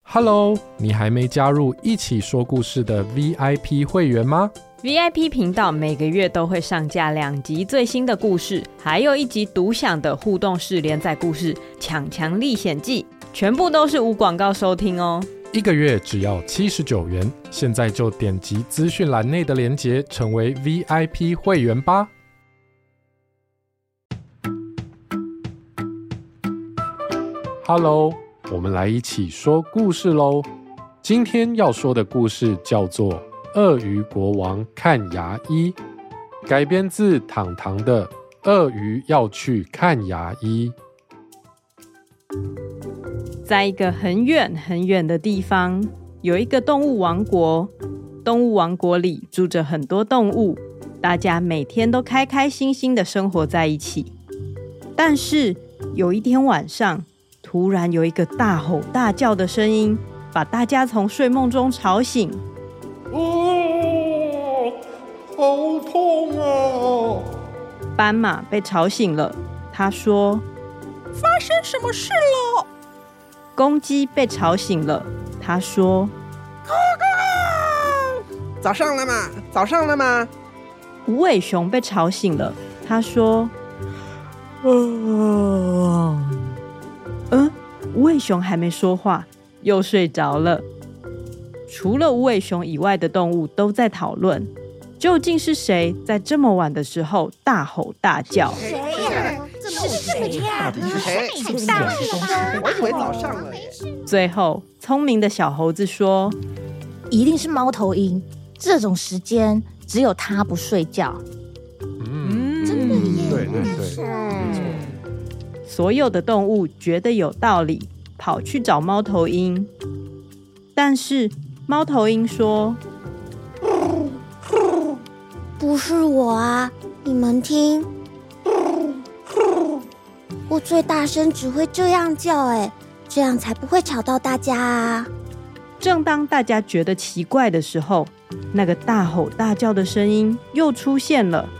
Hello， 你还没加入一起说故事的 VIP 会员吗？ VIP 频道每个月都会上架2集最新的故事，还有1集独享的互动式连载故事《强强历险记》，全部都是无广告收听哦。 1个月只要79元，现在就点击资讯栏内的连结，成为 VIP 会员吧。Hello， 我们来一起说故事咯。今天要说的故事叫做《鳄鱼国王看牙医》，改编自糖糖的《鳄鱼要去看牙医》。 在一个很远很远的地方，有一个动物王国。动物王国里住着很多动物，大家每天都开开心心的生活在一起。但是有一天晚上，突然有一个大吼大叫的声音，把大家从睡梦中吵醒。 好痛啊！ 斑马被吵醒了，他说： 发生什么事了？ 公鸡被吵醒了，他说： 早上了吗？早上了吗？ 无尾熊被吵醒了，他说：无尾熊还没说话，又睡着了。除了无尾熊以外的动物都在讨论，究竟是谁在这么晚的时候大吼大叫？ 谁呀？是谁呀？到底是谁？我以为早上了耶。 最后，聪明的小猴子说： 一定是猫头鹰，这种时间只有它不睡觉。 真的耶。 对，没错。 所有的动物觉得有道理，跑去找猫头鹰。但是猫头鹰说： 不是我啊，你们听，我最大声只会这样叫，这样才不会吵到大家啊。 正当大家觉得奇怪的时候，那个大吼大叫的声音又出现了。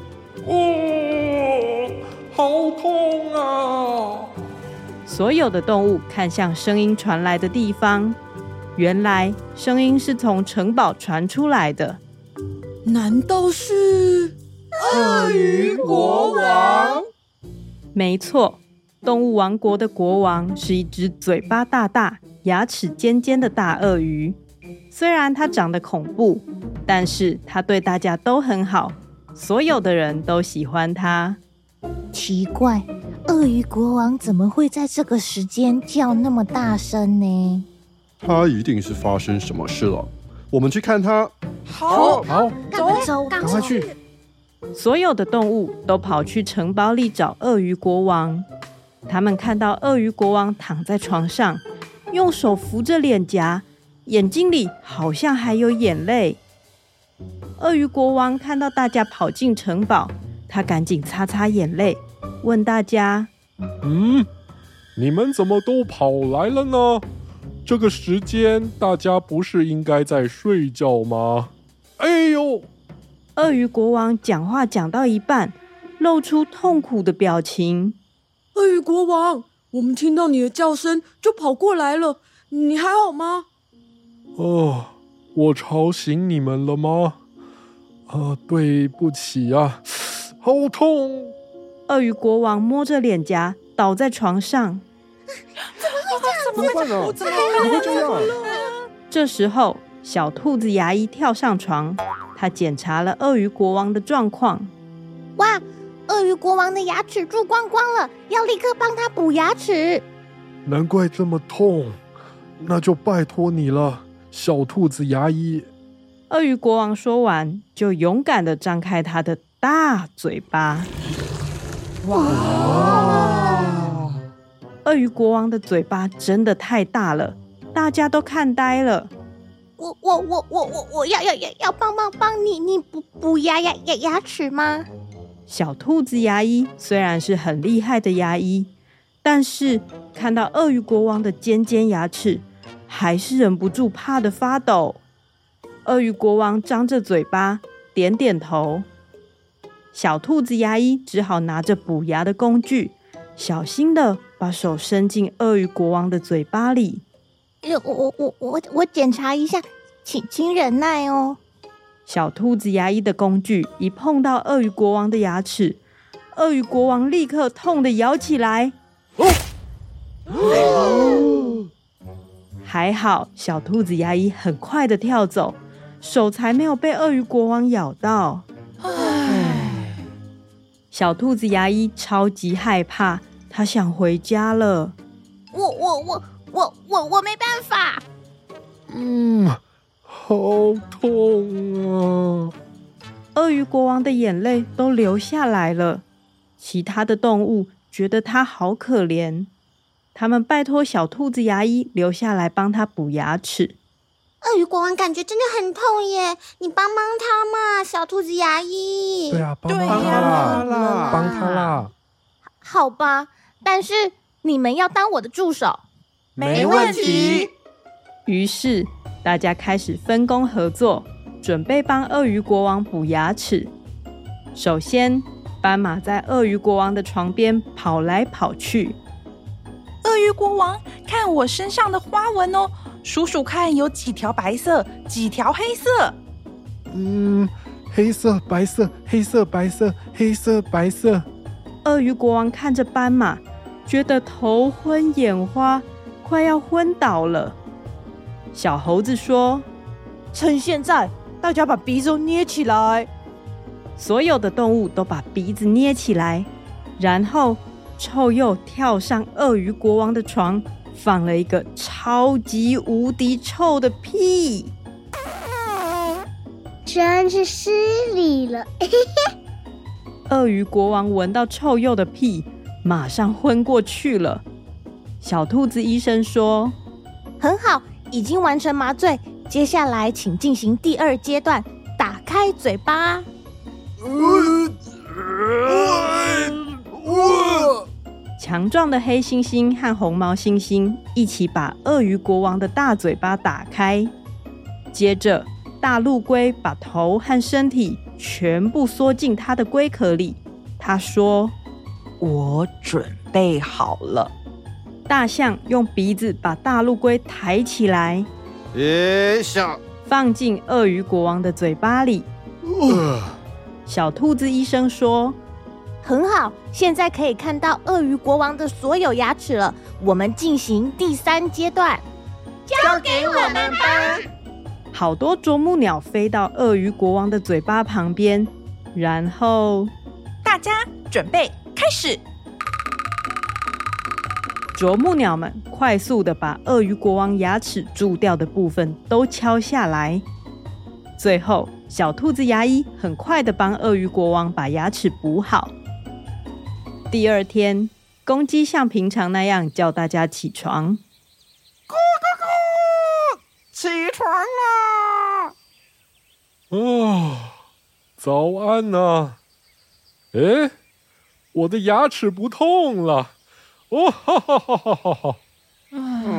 好痛啊！ 所有的动物看向声音传来的地方，原来声音是从城堡传出来的。 难道是鳄鱼国王？ 没错，动物王国的国王是一只嘴巴大大、牙齿尖尖的大鳄鱼。虽然它长得恐怖，但是它对大家都很好，所有的人都喜欢它。 奇怪，鳄鱼国王怎么会在这个时间叫那么大声呢？ 他一定是发生什么事了，我们去看他。 好， 走， 赶快去！ 所有的动物都跑去城堡里找鳄鱼国王。他们看到鳄鱼国王躺在床上，用手扶着脸颊，眼睛里好像还有眼泪。鳄鱼国王看到大家跑进城堡，他赶紧擦擦眼泪，问大家： 你们怎么都跑来了呢？这个时间大家不是应该在睡觉吗？哎呦！ 鳄鱼国王讲话讲到一半，露出痛苦的表情。 鳄鱼国王，我们听到你的叫声就跑过来了，你还好吗？ 我吵醒你们了吗？对不起啊，好痛！ 鳄鱼国王摸着脸颊，倒在床上。 怎么办啊？怎么会这样？ 这时候，小兔子牙医跳上床，他检查了鳄鱼国王的状况。 哇，鳄鱼国王的牙齿蛀光光了，要立刻帮他补牙齿。 难怪这么痛，那就拜托你了，小兔子牙医。 鳄鱼国王说完，就勇敢地张开他的大嘴巴。鳄鱼国王的嘴巴真的太大了，大家都看呆了。 我要帮你补牙齿吗？ 小兔子牙医虽然是很厉害的牙医，但是看到鳄鱼国王的尖尖牙齿，还是忍不住怕得发抖。鳄鱼国王张着嘴巴，点点头。小兔子牙医只好拿着补牙的工具，小心地把手伸进鳄鱼国王的嘴巴里。 我检查一下，请忍耐哦。 小兔子牙医的工具一碰到鳄鱼国王的牙齿，鳄鱼国王立刻痛得摇起来。还好小兔子牙医很快的跳走，手才没有被鳄鱼国王咬到。小兔子牙医超级害怕，他想回家了。 我没办法。 好痛啊！ 鳄鱼国王的眼泪都流下来了，其他的动物觉得他好可怜，他们拜托小兔子牙医留下来帮他补牙齿。 鳄鱼国王感觉真的很痛耶，你帮帮他嘛，小兔子牙医。 对啊，帮他啦，帮他啦。 好吧，但是你们要当我的助手。 没问题。 于是大家开始分工合作，准备帮鳄鱼国王补牙齿。首先，斑马在鳄鱼国王的床边跑来跑去。 鳄鱼国王，看我身上的花纹哦，数数看有几条白色，几条黑色。 黑色、白色、黑色、白色、黑色、白色。 鳄鱼国王看着斑马，觉得头昏眼花，快要昏倒了。小猴子说：“ 趁现在，大家把鼻子都捏起来。” 所有的动物都把鼻子捏起来，然后臭鼬跳上鳄鱼国王的床，放了一个超级无敌臭的屁。 真是失礼了。 鳄鱼国王闻到臭鼬的屁，马上昏过去了。小兔子医生说：“ 很好，已经完成麻醉，接下来请进行第2阶段，打开嘴巴。” 强壮的黑猩猩和红毛猩猩一起把鳄鱼国王的大嘴巴打开，接着大陆龟把头和身体全部缩进它的龟壳里。他说：“ 我准备好了。” 大象用鼻子把大陆龟抬起来，放进鳄鱼国王的嘴巴里。小兔子医生说：“ 很好，现在可以看到鳄鱼国王的所有牙齿了。我们进行第3阶段，交给我们吧。” 好多啄木鸟飞到鳄鱼国王的嘴巴旁边，然后大家准备开始。 啄木鸟们快速地把鳄鱼国王牙齿蛀掉的部分都敲下来。最后，小兔子牙医很快地帮鳄鱼国王把牙齿补好。第2天，公鸡像平常那样叫大家起床。 咕咕咕，起床啦！ 早安啊！我的牙齿不痛了。哈哈哈哈哈哈！ 什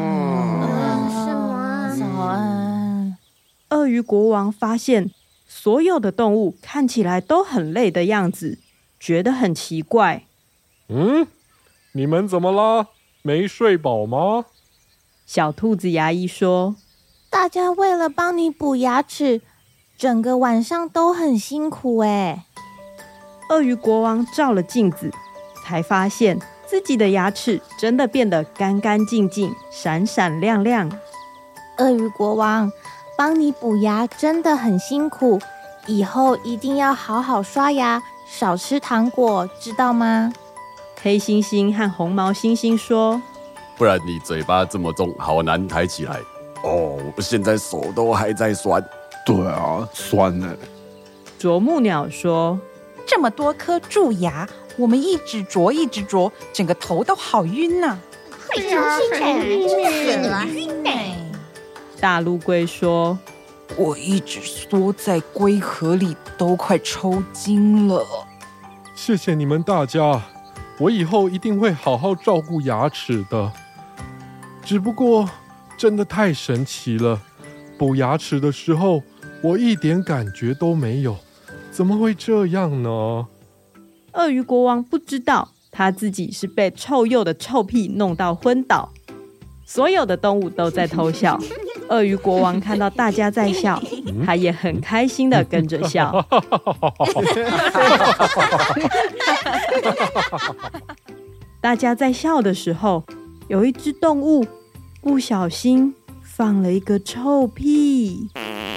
么？ 早安。 鳄鱼国王发现所有的动物看起来都很累的样子，觉得很奇怪。 你们怎么啦？没睡饱吗？ 小兔子牙医说：“ 大家为了帮你补牙齿，整个晚上都很辛苦哎。” 鳄鱼国王照了镜子，才发现自己的牙齿真的变得干干净净、闪闪亮亮。 鳄鱼国王，帮你补牙真的很辛苦，以后一定要好好刷牙，少吃糖果，知道吗？ 黑猩猩和红毛猩猩说：“ 不然你嘴巴这么重，好难抬起来。我现在手都还在酸。对啊，酸呢。” 啄木鸟说：“ 这么多颗蛀牙，我们一直啄，整个头都好晕呐。” 会真是很晕呢。 大陆龟说：“ 我一直缩在龟壳里，都快抽筋了。” 谢谢你们大家，我以后一定会好好照顾牙齿的。只不过真的太神奇了，补牙齿的时候我一点感觉都没有，怎么会这样呢？ 鳄鱼国王不知道他自己是被臭鼬的臭屁弄到昏倒。 所有的动物都在偷笑。鳄鱼国王看到大家在笑，他也很开心的跟着笑。大家在笑的时候，有一只动物不小心放了一个臭屁。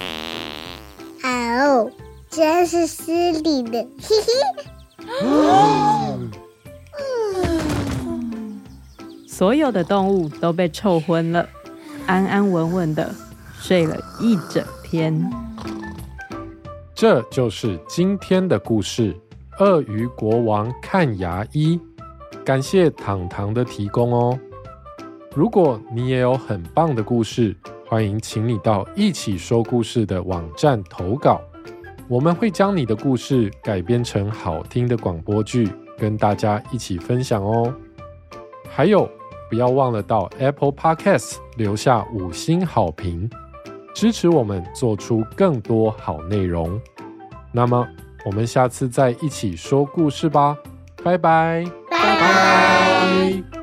哦，真是失礼的，嘿嘿。 所有的动物都被臭昏了，安安稳稳的睡了一整天。 这就是今天的故事，鳄鱼国王看牙医。感谢糖糖的提供哦。如果你也有很棒的故事，欢迎请你到一起说故事的网站投稿，我们会将你的故事改编成好听的广播剧，跟大家一起分享哦。还有，不要忘了到 Apple Podcast 留下5星好评，支持我们做出更多好内容。那么，我们下次再一起说故事吧，拜拜， 拜拜。